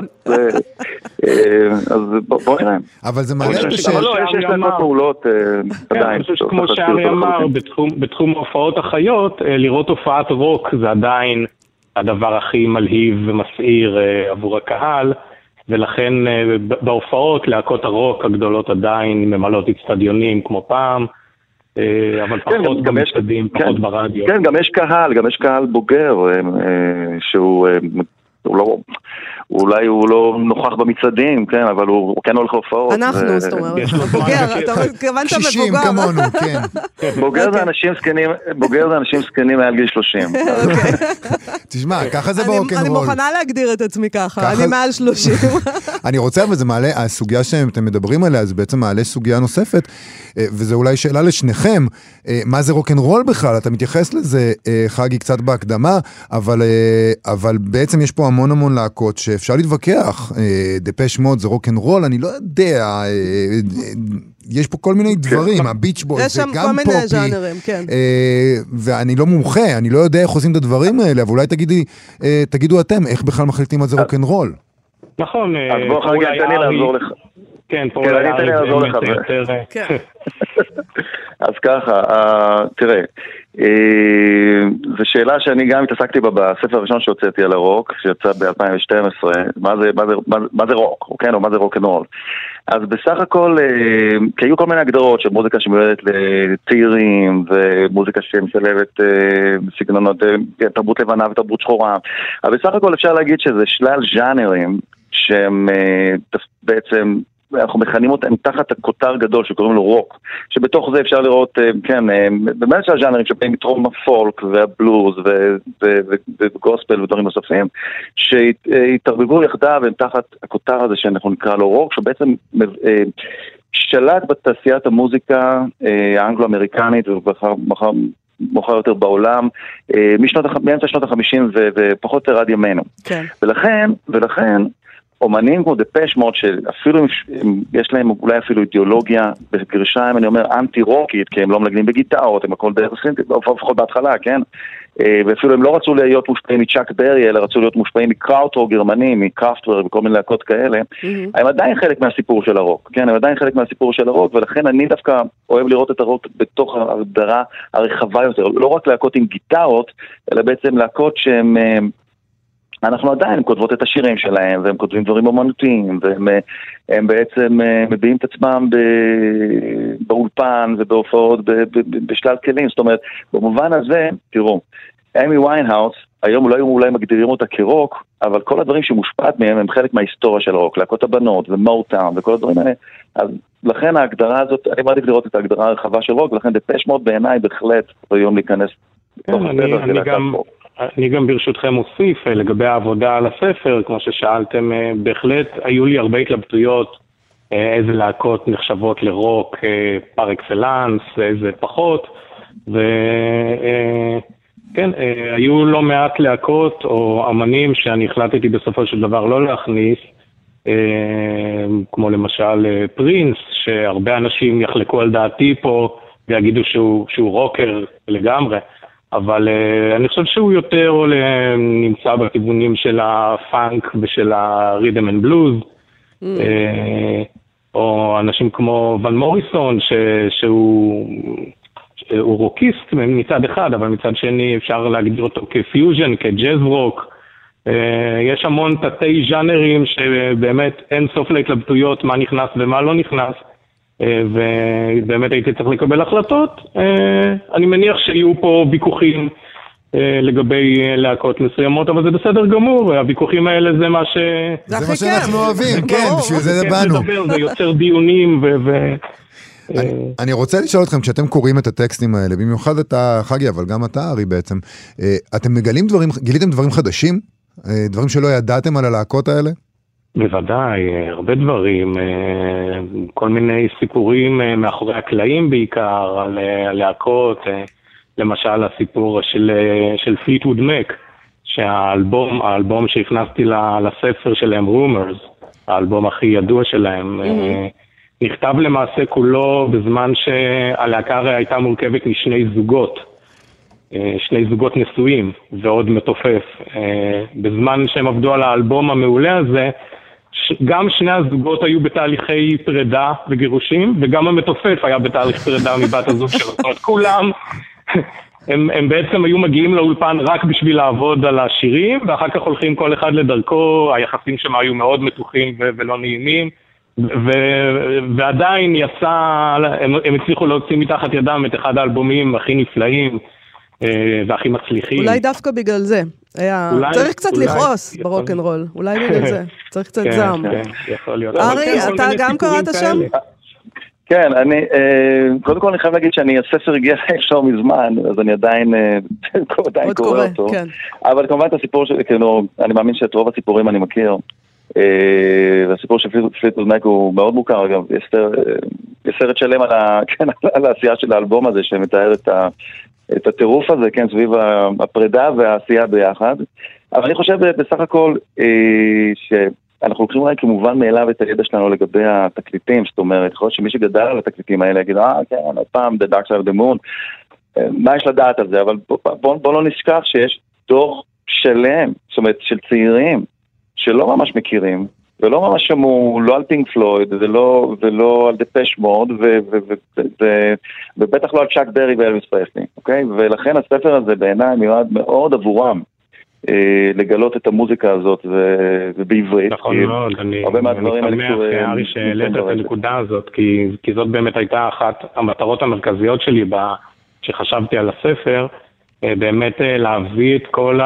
אז בואו נראה. אבל זה מעלה יש להקות פעולות עדיין. אני חושב שכמו שארי אמר, בתחום ההופעות החיות, לראות הופעת רוק זה עדיין הדבר הכי מלהיב ומסעיר עבור הקהל, ולכן בהופעות להקות הרוק הגדולות עדיין ממלאות אצטדיונים כמו פעם, אבל פחות במצעדים, פחות ברדיו. כן, גם יש קהל בוגר שהוא אולי הוא לא נוכח במצעדים, כן, אבל הוא כן הולך להופעות. אנחנו, זאת אומרת, בוגר, אתה כיוונת 60 כמונו, כן. בוגר זה אנשים זקנים מעל גיל 30. תשמע, ככה זה ברוק'נ'רול. אני מוכנה להגדיר את עצמי ככה, אני מעל 30. אני רוצה, אבל זה מעלה, הסוגיה שאתם מדברים עליה, זה בעצם מעלה סוגיה נוספת, וזה אולי שאלה לשניכם, מה זה רוק'נ'רול בכלל? אתה מתייחס לזה, חגי, קצת בהקדמה, אבל בעצם יש פה המון להקות שאפשר להתווכח, דפש מוד זה רוק'נ'רול, אני לא יודע, יש פה כל מיני דברים, הביץ' בוי זה גם פופי, יש שם כל מיני ז'אנרים, כן. ואני לא מומחה, אני לא יודע איך עושים את הדברים האלה, אבל אולי תגידו אתם, איך בכלל מחליטים על זה רוק'נ'רול? נכון. אז בוא חגי, תן לי לעזור לך. כן, פה אני לעזור לך. אז ככה, תראה, זו שאלה שאני גם התעסקתי בה בספר הראשון שהוצאתי על הרוק, שיצא ב-2012, מה זה רוק, כן, או מה זה רוק'נ'רול. אז בסך הכל, כי היו כל מיני הגדרות של מוזיקה שמיועדת לצעירים, ומוזיקה שמשלבת בסגנונות, תרבות לבנה ותרבות שחורה, אבל בסך הכל אפשר להגיד שזה שלל ז'אנרים, שהם בעצם אנחנו מכנים אותם תחת הכותר גדול שקוראים לו רוק, שבתוך זה אפשר לראות, כן, באמת של הז'אנרים שבאים מתרום הפולק והבלוז וגוספל ודברים נוספים, שהתערבבו יחדיו הם תחת הכותר הזה שאנחנו נקרא לו רוק, שבעצם שלט בתעשיית המוזיקה האנגלו-אמריקנית ומאוחר יותר בעולם, מאמצע שנות ה-50 ופחות יותר עד ימינו. כן. ולכן אומנים כמו דפש מוד, שאפילו יש להם אולי אפילו אידיאולוגיה בגרשיים, אני אומר אנטי-רוקית, כי הם לא מנגנים בגיטרות, הם הכל דרך סינטית, לפחות בהתחלה, כן? ואפילו הם לא רצו להיות מושפעים מצ'אק ברי, אלא רצו להיות מושפעים מקראוטרו גרמני, מקראפטוור וכל מיני להקות כאלה. הם עדיין חלק מהסיפור של הרוק, כן? הם עדיין חלק מהסיפור של הרוק, ולכן אני דווקא אוהב לראות את הרוק בתוך ההגדרה הרחבה יותר. לא רק להקות עם גיטרות, אלא בעצם להקות שהם אנחנו עדיין כותבות את השירים שלהם, והם כותבים דברים אומנותיים, והם בעצם מביעים את עצמם באולפן ובהופעות בשלל כלים. זאת אומרת, במובן הזה, תראו, אמי ויינהאוס, היום אולי מגדירים אותה כרוק, אבל כל הדברים שמושפעת מהם הם חלק מההיסטוריה של הרוק, להקות הבנות ומוטאון וכל הדברים האלה. אז לכן ההגדרה הזאת, אני מעדיף לראות את ההגדרה הרחבה של רוק, ולכן דפש מוד בעיניי בהחלט היום להיכנס לתוך הספר ולהקת רוק. אני גם ברשותכם מוסיף לגבי העבודה על הספר, כמו ששאלתם, בהחלט היו לי הרבה התלבטויות, איזה להקות נחשבות לרוק פר אקסלנס, איזה פחות, וכן, היו לא מעט להקות או אמנים שאני החלטתי בסופו של דבר לא להכניס, כמו למשל פרינס, שהרבה אנשים יחלקו על דעתי פה ויגידו שהוא רוקר לגמרי, אבל אני חושב שהוא יותר נמצא בכיוונים של הפאנק ושל הרידם אנד בלוז, או אנשים כמו ון מוריסון, שהוא רוקיסט מצד אחד, אבל מצד שני אפשר להגדיר אותו כפיוז'ן, כג'אז רוק. יש המון תתי ז'אנרים שבאמת אין סוף להתלבטויות מה נכנס ומה לא נכנס, ובאמת הייתי צריך לקבל החלטות. אני מניח שיהיו פה ויכוחים לגבי להקות מסוימות, אבל זה בסדר גמור, הוויכוחים האלה זה מה זה מה שאנחנו אוהבים, כן, בשביל זה באנו. זה יוצר דיונים אני רוצה לשאול אתכם, כשאתם קוראים את הטקסטים האלה, במיוחד אתה חגי, אבל גם אתה ארי בעצם, אתם גיליתם דברים חדשים? דברים שלא ידעתם על הלהקות האלה? בוודאי, הרבה דברים, כל מיני סיפורים מאחורי הקלעים בעיקר, על להקות, למשל הסיפור של פליטווד מק, שהאלבום שהכנסתי לספר שלהם, Rumors, האלבום הכי ידוע שלהם, נכתב למעשה כולו בזמן שהלהקה הייתה מורכבת משני זוגות, שני זוגות נשואים ועוד מתופף. בזמן שהם עבדו על האלבום המעולה הזה, גם שני הזוגות היו בתהליכי פרידה וגירושים, וגם המתופף היה בתהליך פרידה מבת הזוג שלו. זאת אומרת, כולם, הם בעצם היו מגיעים לאולפן רק בשביל לעבוד על השירים, ואחר כך הולכים כל אחד לדרכו, היחסים שם היו מאוד מתוחים ולא נעימים, ועדיין הם הצליחו להוציא מתחת ידם את אחד האלבומים הכי נפלאים והכי מצליחים. אולי דווקא בגלל זה. צריך קצת לכעוס ברוק'נ'רול, אולי בגלל זה. צריך קצת זעם. ארי, אתה גם קראת שם? כן, קודם כל אני חייב להגיד הספר הגיע אפשר מזמן, אז אני עדיין קורא אותו. אבל כמובן את הסיפור שלי, אני מאמין שאת רוב הסיפורים אני מכיר. והסיפור של פליטווד מק הוא מאוד מוכר, אגב, יש סרט שלם על העשייה של האלבום הזה, שמתאר את הטירוף הזה, כן, סביב הפרידה והעשייה ביחד. אבל אני חושב בסך הכל שאנחנו לוקחים אולי כמובן מאליו את הידע שלנו לגבי התקליטים, זאת אומרת, יכול להיות שמי שגדל על התקליטים האלה יגיד, כן, הפעם The Dark Side of the Moon, מה יש לדעת על זה? אבל בוא לא נשכח שיש דור שלם, זאת אומרת, של צעירים, שלא ממש מכירים, ולא ממש שמעו, לא על פינק פלויד, ולא על דפש מוד, ובטח לא על צ'אק ברי ואלוויס פרסלי, אוקיי? ולכן הספר הזה בעיניי מיועד מאוד עבורם לגלות את המוזיקה הזאת, ובעברית. נכון מאוד, אני שמח, ארי, שהעלית את הנקודה הזאת, כי זאת באמת הייתה אחת המטרות המרכזיות שלי, שחשבתי על הספר, באמת להביא את כל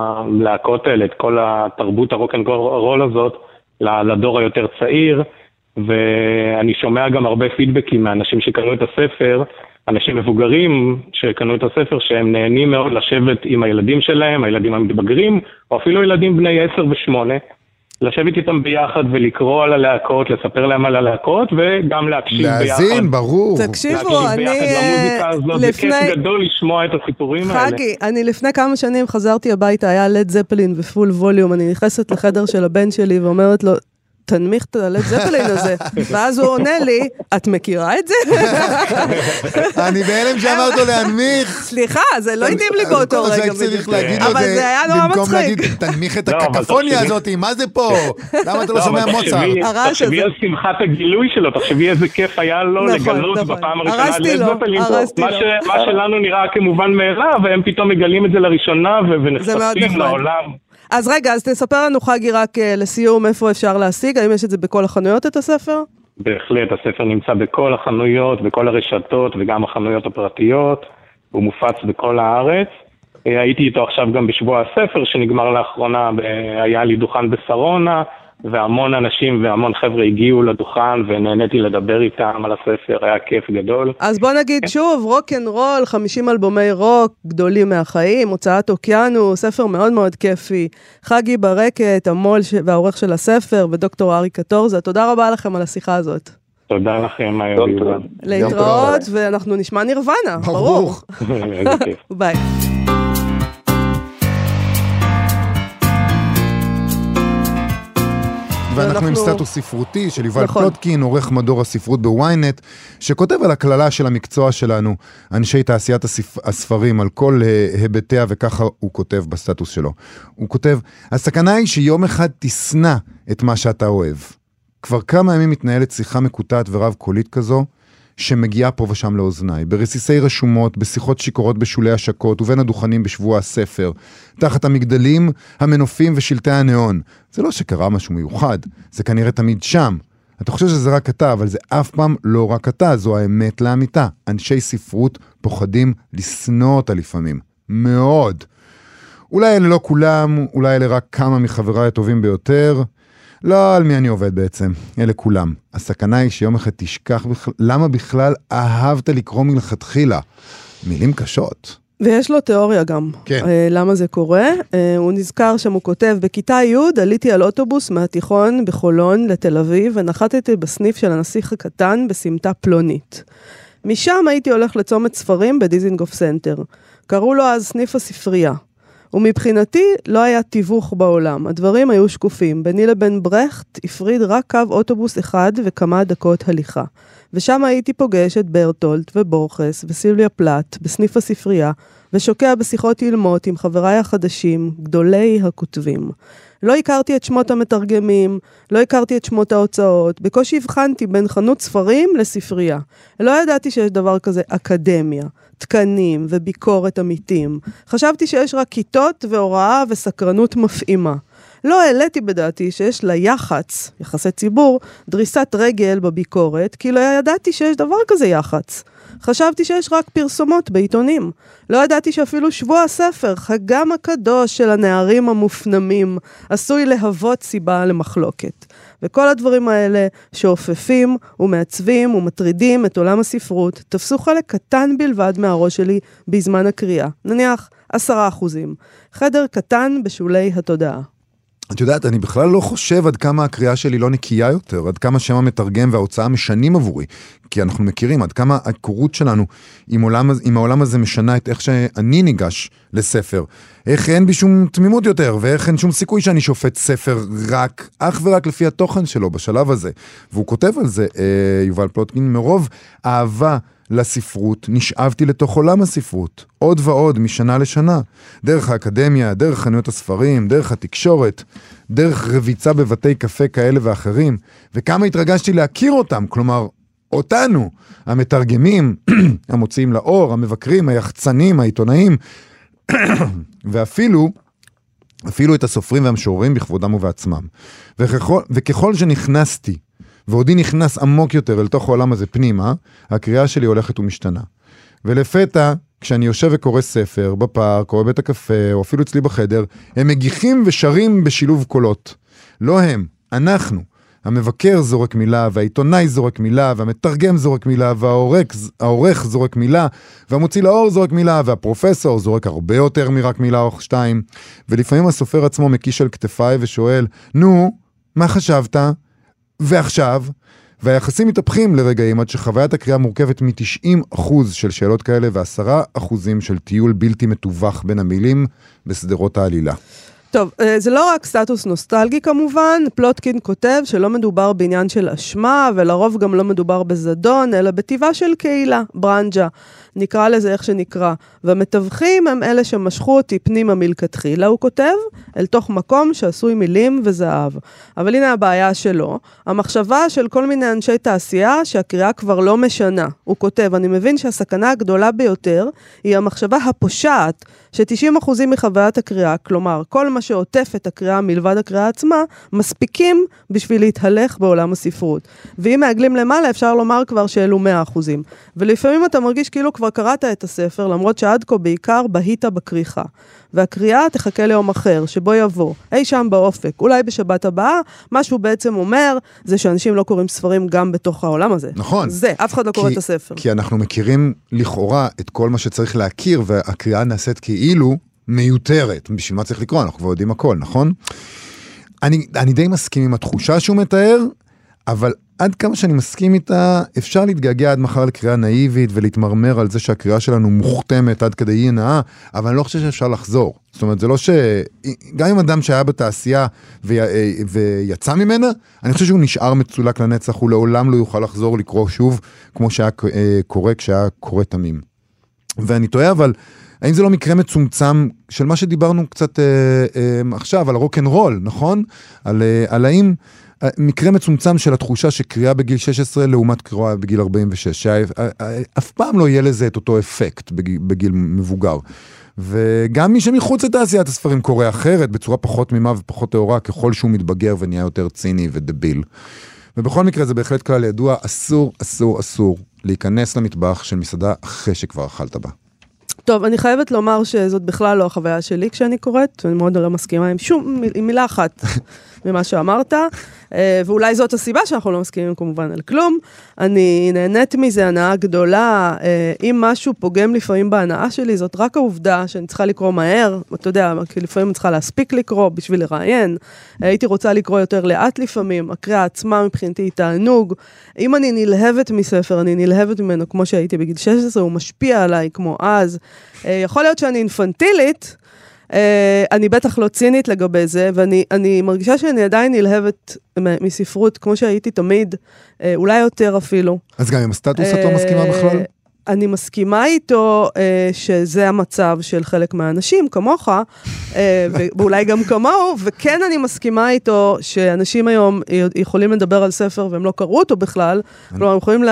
הלהקות האלה, את כל התרבות הרוק'נ'רול הזאת, לדור היותר צעיר, ואני שומע גם הרבה פידבקים מאנשים שקנו את הספר, אנשים מבוגרים שקנו את הספר, שהם נהנים מאוד לשבת עם הילדים שלהם, הילדים המתבגרים, או אפילו ילדים בני 10 ו8, לשבת איתם ביחד ולקרוא על הלהקות, לספר להם על הלהקות, וגם להקשיב ביחד. להזין, ברור. תקשיבו, אני... זה כיף גדול לשמוע את הסיפורים האלה. חגי, אני לפני כמה שנים חזרתי הביתה, היה לד זפלין ופול ווליום, אני נכנסת לחדר של הבן שלי ואומרת לו, תנמיך את הלד זפלין הזה, ואז הוא עונה לי, את מכירה את זה? אני בהלם שאמרת לו להנמיך. סליחה, זה לא התאים לי באותו רגע. אבל זה היה נורא מצחיק. במקום להגיד, תנמיך את הקקפוניה הזאת, מה זה פה? למה אתה לא שומע מוצר? תחשבי על שמחת הגילוי שלו, תחשבי איזה כיף היה לו לגלות בפעם הראשונה לד זפלין. מה שלנו נראה כמובן מאליו, והם פתאום מגלים את זה לראשונה, ונחשפים לעולם. אז רגע, אז תספר לנו חגי רק לסיום איפה אפשר להשיג, האם יש את זה בכל החנויות את הספר? בהחלט, הספר נמצא בכל החנויות, בכל הרשתות וגם החנויות הפרטיות, הוא מופץ בכל הארץ. הייתי איתו עכשיו גם בשבוע הספר שנגמר לאחרונה, היה לי דוכן בסרונה, והמון אנשים והמון חבר'ה הגיעו לדוכן ונהניתי לדבר איתם על הספר, היה כיף גדול. אז בוא נגיד שוב, רוק אנד רול, 50 אלבומי רוק, גדולים מהחיים, הוצאת אוקיינוס, ספר מאוד מאוד כיפי. חגי ברקת, המול והעורך של הספר, ודוקטור ארי קטורזה, תודה רבה לכם על השיחה הזאת. תודה לכם, יובל. להתראות, ואנחנו נשמע נירוונה, ברור. ביי. ואנחנו עם סטטוס ספרותי של יובל פלוטקין, עורך מדור הספרות בוויינט, שכותב על הכללה של המקצוע שלנו, אנשי תעשיית הספרים, על כל היבטיה, וככה הוא כותב בסטטוס שלו. הוא כותב, הסכנה היא שיום אחד תסנע את מה שאתה אוהב. כבר כמה ימים מתנהלת שיחה מקוטעת ורב קולית כזו, שמגיעה פה ושם לאוזניי, ברסיסי רשומות, בשיחות שיקורות בשולי השקות, ובין הדוכנים בשבוע הספר, תחת המגדלים, המנופים ושלטי הנאון. זה לא שקרה משהו מיוחד, זה כנראה תמיד שם. אתה חושב שזה רק אתה, אבל זה אף פעם לא רק אתה, זו האמת לאמיתה. אנשי ספרות פוחדים לשנוא אותה לפעמים. מאוד. אולי אלה לא כולם, אולי אלה רק כמה מחבריי הטובים ביותר, לא על מי אני עובד בעצם, אלה כולם. הסכנה היא שיום אחד תשכח למה בכלל אהבת לקרוא מלכתחילה. מילים קשות. ויש לו תיאוריה גם, כן. למה זה קורה. הוא נזכר שם, הוא כותב, בכיתה י' עליתי על אוטובוס מהתיכון בחולון לתל אביב, ונחתתי בסניף של הנסיך הקטן בסמטה פלונית. משם הייתי הולך לצומת ספרים בדיזינגוף סנטר. קראו לו אז סניף הספרייה. ומבחינתי לא היה תיווך בעולם, הדברים היו שקופים, ביני לבין ברכט הפריד רק קו אוטובוס אחד וכמה דקות הליכה. ושם הייתי פוגש את ברטולט ובורכס וסילביה פלט בסניף הספרייה, ושוקע בשיחות ילמות עם חבריי החדשים, גדולי הכותבים. לא הכרתי את שמות המתרגמים, לא הכרתי את שמות ההוצאות, בקושי הבחנתי בין חנות ספרים לספרייה. לא ידעתי שיש דבר כזה אקדמיה, תקנים וביקורת אמיתים. חשבתי שיש רק כיתות והוראה וסקרנות מפעימה. לא העליתי בדעתי שיש לה יח"צ, יחסי ציבור, דריסת רגל בביקורת, כי לא ידעתי שיש דבר כזה יח"צ. חשבתי שיש רק פרסומות בעיתונים. לא ידעתי שאפילו שבוע הספר, חגם הקדוש של הנערים המופנמים, עשוי להוות סיבה למחלוקת. וכל הדברים האלה שאופפים ומעצבים ומטרידים את עולם הספרות, תפסו חלק קטן בלבד מהראש שלי בזמן הקריאה. נניח 10%. חדר קטן בשולי התודעה. את יודעת, אני בכלל לא חושב עד כמה הקריאה שלי לא נקייה יותר, עד כמה שם המתרגם וההוצאה משנים עבורי, כי אנחנו מכירים עד כמה ההיכרות שלנו עם העולם הזה משנה את איך שאני ניגש לספר, איך אין בי שום תמימות יותר, ואיך אין שום סיכוי שאני שופט ספר אך ורק לפי התוכן שלו בשלב הזה. והוא כותב על זה, יובל פלוטקין, מרוב אהבה לספרות, נשאבתי לתוך עולם הספרות, עוד ועוד, משנה לשנה, דרך האקדמיה, דרך חנויות הספרים, דרך התקשורת, דרך רביצה בבתי קפה כאלה ואחרים, וכמה התרגשתי להכיר אותם, כלומר, אותנו, המתרגמים, המוציאים לאור, המבקרים, היחצנים, העיתונאים, ואפילו את הסופרים והמשוררים בכבודם ובעצמם. וככל שנכנסתי, ועודי נכנס עמוק יותר אל תוך העולם הזה פנימה, הקריאה שלי הולכת ומשתנה. ולפתע, כשאני יושב וקורא ספר, בפארק, או בבית הקפה, או אפילו אצלי בחדר, הם מגיחים ושרים בשילוב קולות. לא הם, אנחנו. המבקר זורק מילה, והעיתונאי זורק מילה, והמתרגם זורק מילה, והעורך זורק מילה, והמוציא לאור זורק מילה, והפרופסור זורק הרבה יותר מרק מילה או שתיים, ולפעמים הסופר עצמו מקיש על כתפיי ושואל, נו, מה חשבת? ועכשיו? והיחסים מתהפכים לרגעים עד שחוויית הקריאה מורכבת מ-90% של שאלות כאלה ו10% של טיול בלתי מתווך בין המילים בסדרות העלילה. טוב, זה לא רק סטטוס נוסטלגי כמובן, פלוטקין כותב שלא מדובר בעניין של אשמה, ולרוב גם לא מדובר בזדון, אלא בטבעה של קהילה, ברנג'ה, נקרא לזה איך שנקרא, והמתווכים הם אלה שמשכו אותי פנימה מלכתחילה, הוא כותב, אל תוך מקום שעשוי מילים וזהב. אבל הנה הבעיה שלו, המחשבה של כל מיני אנשי תעשייה שהקריאה כבר לא משנה. הוא כותב, אני מבין שהסכנה הגדולה ביותר היא המחשבה הפושעת, ש90% מחוויית הקריאה, כלומר, כל מה שעוטף את הקריאה מלבד הקריאה עצמה, מספיקים בשביל להתהלך בעולם הספרות. ואם מעגלים למעלה, אפשר לומר כבר שאלו 100%. ולפעמים אתה מרגיש כאילו כבר קראת את הספר, למרות שעד כה בעיקר בהית בקריחה. והקריאה תחכה ליום אחר, שבו יבוא, אי שם באופק, אולי בשבת הבאה, מה שהוא בעצם אומר, זה שאנשים לא קוראים ספרים גם בתוך העולם הזה. נכון. זה, אף אחד לא קורא את הספר. כי אנחנו מכירים לכאורה את כל מה שצריך להכיר, והקריאה נעשית כאילו מיותרת. בשביל מה צריך לקרוא? אנחנו כבר יודעים הכל, נכון? אני די מסכים עם התחושה שהוא מתאר, אבל עד כמה שאני מסכים איתה, אפשר להתגעגע עד מחר לקריאה נאיבית, ולהתמרמר על זה שהקריאה שלנו מוכתמת עד כדי אי הנאה, אבל אני לא חושב שאפשר לחזור. זאת אומרת, זה לא ש... גם אם אדם שהיה בתעשייה ויצא ממנה, אני חושב שהוא נשאר מצולק לנצח, הוא לעולם לא יוכל לחזור לקרוא שוב, כמו שהיה קורא כשהיה קורא תמים. ואני טועה, אבל האם זה לא מקרה מצומצם של מה שדיברנו קצת עכשיו, על הרוק-אנד-רול, נכון? על האם... מקרה מצומצם של התחושה שקריאה בגיל 16 לעומת קריאה בגיל 46, שאף פעם לא יהיה לזה את אותו אפקט בגיל מבוגר. וגם מי שמחוץ לתעשיית הספרים קורא אחרת, בצורה פחות תמימה ופחות תאורה, ככל שהוא מתבגר ונהיה יותר ציני ודביל. ובכל מקרה זה בהחלט כלל ידוע, אסור להיכנס למטבח של מסעדה אחרי שכבר אכלת בה. טוב, אני חייבת לומר שזאת בכלל לא החוויה שלי כשאני קוראת, ואני מאוד לא מסכימה עם מילה אחת ממה שאמרת, ואולי זאת הסיבה שאנחנו לא מסכימים כמובן על כלום. אני נהנית מזה הנאה גדולה, אם משהו פוגם לפעמים בהנאה שלי, זאת רק העובדה שאני צריכה לקרוא מהר, אתה יודע, כי לפעמים אני צריכה להספיק לקרוא בשביל לראיין, הייתי רוצה לקרוא יותר לאט לפעמים, הקריאה עצמה מבחינתי היא תענוג, אם אני נלהבת מספר, אני נלהבת ממנו כמו שהייתי בגיל 16, הוא משפיע עליי כמו אז, יכול להיות שאני אינפנטילית, אני בטח לא צינית לגבי זה, ואני מרגישה שאני עדיין נלהבת מספרות, כמו שהייתי תמיד, אולי יותר אפילו. אז גם עם הסטטוס את לא מסכימה בכלל? אני מסכימה איתו שזה המצב של חלק מהאנשים, כמוך, ואולי גם כמוהו, וכן אני מסכימה איתו שאנשים היום יכולים לדבר על ספר והם לא קראו אותו בכלל, כלומר, הם יכולים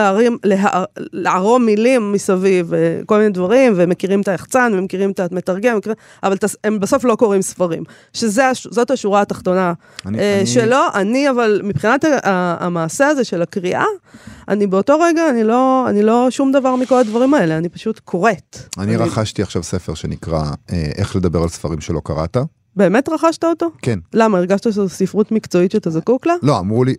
לערום מילים מסביב, כל מיני דברים, ומכירים את היחצן, ומכירים את המתרגם, אבל הם בסוף לא קוראים ספרים, שזאת השורה התחתונה שלו, אבל מבחינת המעשה הזה של הקריאה, אני באותו רגע, אני לא שום דבר מכל הדברים האלה, אני פשוט קוראת. אני רכשתי עכשיו ספר שנקרא איך לדבר על ספרים שלא קראת. באמת רכשת אותו? כן. למה? הרגשת שזו ספרות מקצועית שאתה זקוק לה? לא, אמרו לי...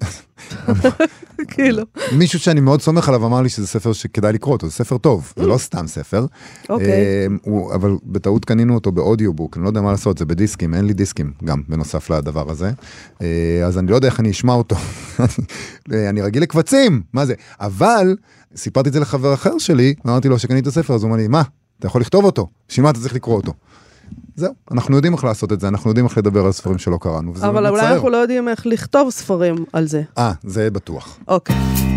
כאילו. מישהו שאני מאוד סומך עליו אמר לי שזה ספר שכדאי לקרוא אותו, זה ספר טוב, זה לא סתם ספר. אוקיי. אבל בטעות קנינו אותו באודיובוק, אני לא יודע מה לעשות, זה בדיסקים, אין לי דיסקים גם, בנוסף לדבר הזה. אז אני לא יודע איך אני אשמע אותו. אני רגיל לקבצים, מה זה? אבל סיפרתי את זה לחבר אחר שלי, אמרתי לו שקניתי את הספר, אז הוא אמר לי, מה? אתה יכול לכתוב אותו, שמה אתה צריך לקרוא אותו. זהו, אנחנו יודעים איך לעשות את זה, אנחנו יודעים איך לדבר על ספרים שלא קראנו, וזה אבל אולי אנחנו לא יודעים איך לכתוב ספרים על זה. זה בטוח. אוקיי.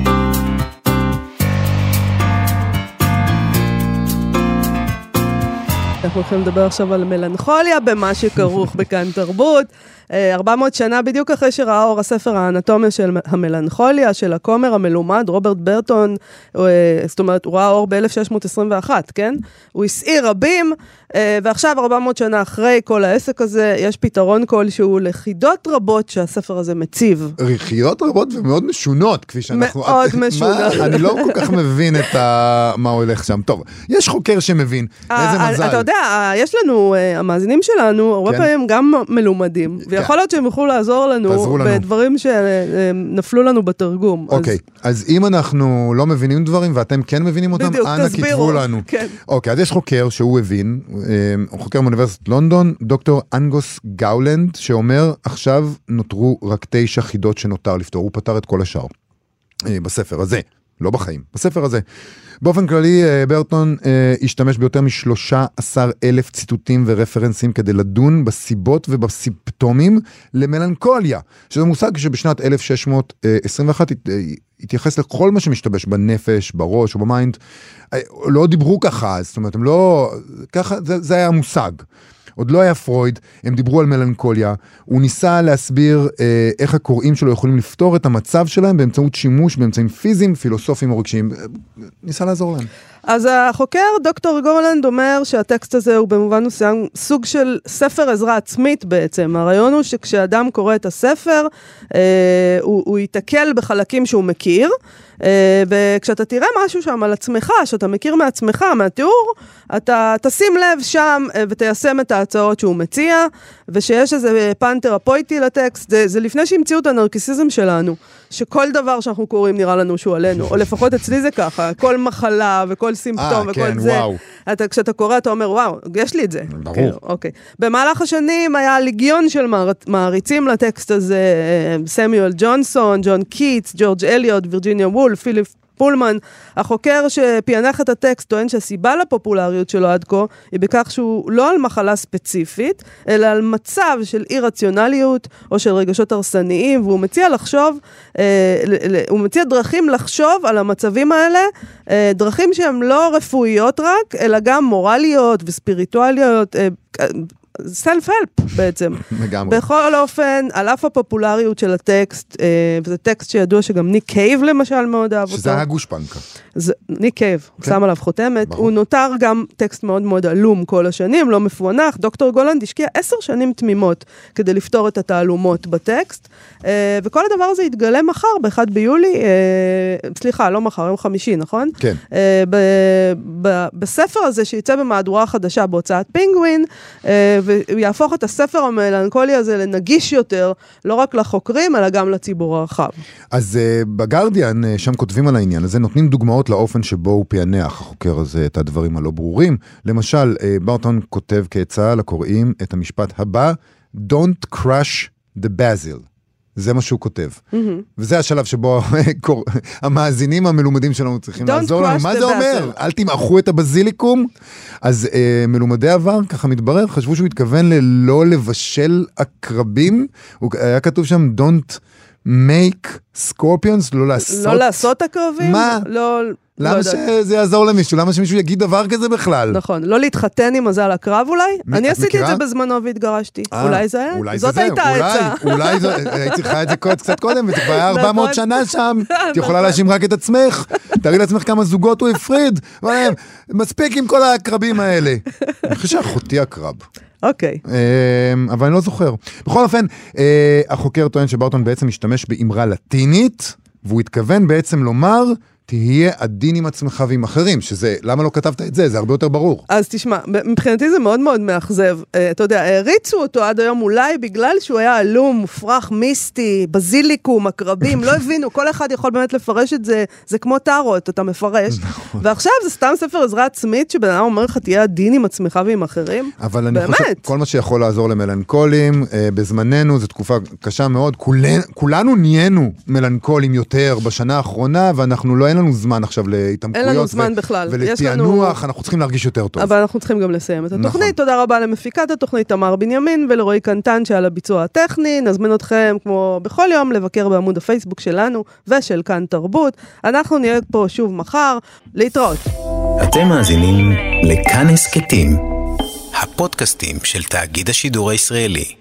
אנחנו הולכים לדבר עכשיו על מלנכוליה, במה שכרוך בכאן תרבות. 400 שנה בדיוק אחרי שראה אור הספר האנטומיה של המלנכוליה, של הכומר המלומד, רוברט ברטון, זאת אומרת, הוא ראה אור ב-1621, כן? הוא הסעיר רבים, ועכשיו 400 שנה אחרי כל העסק הזה, יש פתרון כלשהו לחידות רבות שהספר הזה מציב. חידות רבות ומאוד משונות, כפי שאנחנו... מאוד משונות. אני לא כל כך מבין מה הולך שם. טוב, יש חוקר שמבין, איזה מזל. אתה יודע, יש לנו, המאזינים שלנו, הרבה פעמים גם מלומדים, ויכול להיות שהם יוכלו לעזור לנו בדברים שנפלו לנו בתרגום. אוקיי, אז אם אנחנו לא מבינים דברים, ואתם כן מבינים אותם, אנא כתבו לנו. אוקיי, אז יש חוקר שהוא הבין, חוקר מאוניברסיטת לונדון, דוקטור אנגוס גאולנד, שאומר, עכשיו נותרו רק 9 חידות שנותר לפתור, הוא פתר את כל השאר. בספר הזה, לא בחיים, בספר הזה. באופן כללי, ברטון השתמש ביותר מ13,000 ציטוטים ורפרנסים כדי לדון בסיבות ובסימפטומים למלנכוליה, שזה מושג שבשנת 1621 התייחס לכל מה שמשתבש בנפש, בראש או במיינד. לא דיברו ככה, זאת אומרת, הם לא, ככה, זה היה המושג. עוד לא היה פרויד, הם דיברו על מלנכוליה, הוא ניסה להסביר איך הקוראים שלו יכולים לפתור את המצב שלהם באמצעות שימוש, באמצעים פיזיים, פילוסופיים או רגשיים, ניסה לעזור להם. אז החוקר דוקטור גאולנד אומר שהטקסט הזה הוא במובן מסוים סוג של ספר עזרה עצמית בעצם. הרעיון הוא שכשאדם קורא את הספר, הוא ייתקל בחלקים שהוא מכיר, וכשאתה תראה משהו שם על עצמך, שאתה מכיר מעצמך, מהתיאור, אתה תשים לב שם ותיישם את ההצעות שהוא מציע, ושיש איזה פן תרפויטי לטקסט, זה לפני שהמציאו את הנרקיסיזם שלנו, שכל דבר שאנחנו קוראים נראה לנו שהוא עלינו, או לפחות אצלי זה ככה, כל מחלה וכל סימפטום וכל כן, זה. וואו. כשאתה קורא אתה אומר, וואו, יש לי את זה. ברור. אוקיי. במהלך השנים היה ליגיון של מעריצים לטקסט הזה, סמיואל ג'ונסון, ג'ון קיטס, ג'ורג' אליוט, וירג'יניה וולף, פיליפ פולמן. החוקר שפענח את הטקסט טוען שהסיבה לפופולריות שלו עד כה היא בכך שהוא לא על מחלה ספציפית, אלא על מצב של אי-רציונליות או של רגשות הרסניים, והוא מציע לחשוב, הוא מציע דרכים לחשוב על המצבים האלה, דרכים שהן לא רפואיות רק, אלא גם מורליות וספיריטואליות, סלף-הלפ בעצם. לגמרי. בכל אופן, על אף הפופולריות של הטקסט, וזה טקסט שידוע שגם ניק קייב למשל מאוד אהב אותו. שזה היה גושפנקה. ניק קייב, הוא שם עליו חותמת. הוא נותר גם טקסט מאוד מאוד עלום כל השנים, לא מפוענח. דוקטור גולנד השקיע 10 שנים תמימות כדי לפתור את התעלומות בטקסט, וכל הדבר הזה יתגלה מחר, ב1 ביולי, סליחה, לא מחר, יום חמישי, נכון? כן. בספר הזה שיצא במהדורה חדשה בהוצאת פינגווין, והוא יהפוך את הספר המלנכולי הזה לנגיש יותר, לא רק לחוקרים, אלא גם לציבור הרחב. אז בגרדיאן, שם כותבים על העניין הזה, נותנים דוגמאות לאופן שבו הוא פענח, החוקר הזה, את הדברים הלא ברורים. למשל, ברטון כותב כעצה לקוראים את המשפט הבא, Don't crush the basil. זה מה שהוא כותב. וזה השלב שבו המאזינים המלומדים שלנו צריכים לעזור לנו. מה זה אומר? אל תמעכו את הבזיליקום. אז מלומדי עבר, ככה מתברר, חשבו שהוא התכוון ללא לבשל עקרבים. היה כתוב שם, Don't make scorpions, לא לעשות. לא לעשות עקרבים? מה? לא... למה שזה יעזור למישהו? למה שמישהו יגיד דבר כזה בכלל? נכון, לא להתחתן עם מזל הקרב אולי? אני עשיתי את זה בזמנו והתגרשתי. אולי זה היה? זאת הייתה העצה. אולי היית צריכה את זה קצת קודם, וזה כבר היה 400 שנה שם. את יכולה להאשים רק את עצמך. תראי לעצמך כמה זוגות הוא הפריד. מספיק עם כל הקרבים האלה. אני חושב שאחותי הקרב. אוקיי. אבל אני לא זוכר. בכל אופן, החוקר טוען שברטון בעצם משתמש באמרה לטינית, והוא התכוון בעצם לומר, תהיה עדין עם עצמך ועם אחרים, שזה, למה לא כתבת את זה? זה הרבה יותר ברור. אז תשמע, מבחינתי זה מאוד מאוד מאכזב. אתה יודע, הריצו אותו עד היום אולי בגלל שהוא היה עלום, מופרח, מיסטי, בזיליקום, עקרבים, לא הבינו, כל אחד יכול באמת לפרש את זה, זה כמו טארוט, אתה מפרש. ועכשיו זה סתם ספר עזרה עצמית, שבן אדם אומר לך, תהיה עדין עם עצמך ועם אחרים. אבל אני חושב, כל מה שיכול לעזור למלנכולים, בזמננו, זו תקופה קשה מאוד, כולנו נהיינו מלנכולים יותר בשנה האחרונה, ואנחנו לא, אין לנו זמן עכשיו להתעמקויות. אין לנו זמן בכלל. ולפענוח, אנחנו צריכים להרגיש יותר טוב. אבל אנחנו צריכים גם לסיים את התוכנית. תודה רבה למפיקת התוכנית תמר בנימין ולרועי קנטן שעל הביצוע הטכני. נזמין אתכם כמו בכל יום לבקר בעמוד הפייסבוק שלנו ושל כאן תרבות. אנחנו נהיה פה שוב מחר. להתראות. אתם מאזינים לכאן הסכתים, הפודקאסטים של תאגיד השידור הישראלי.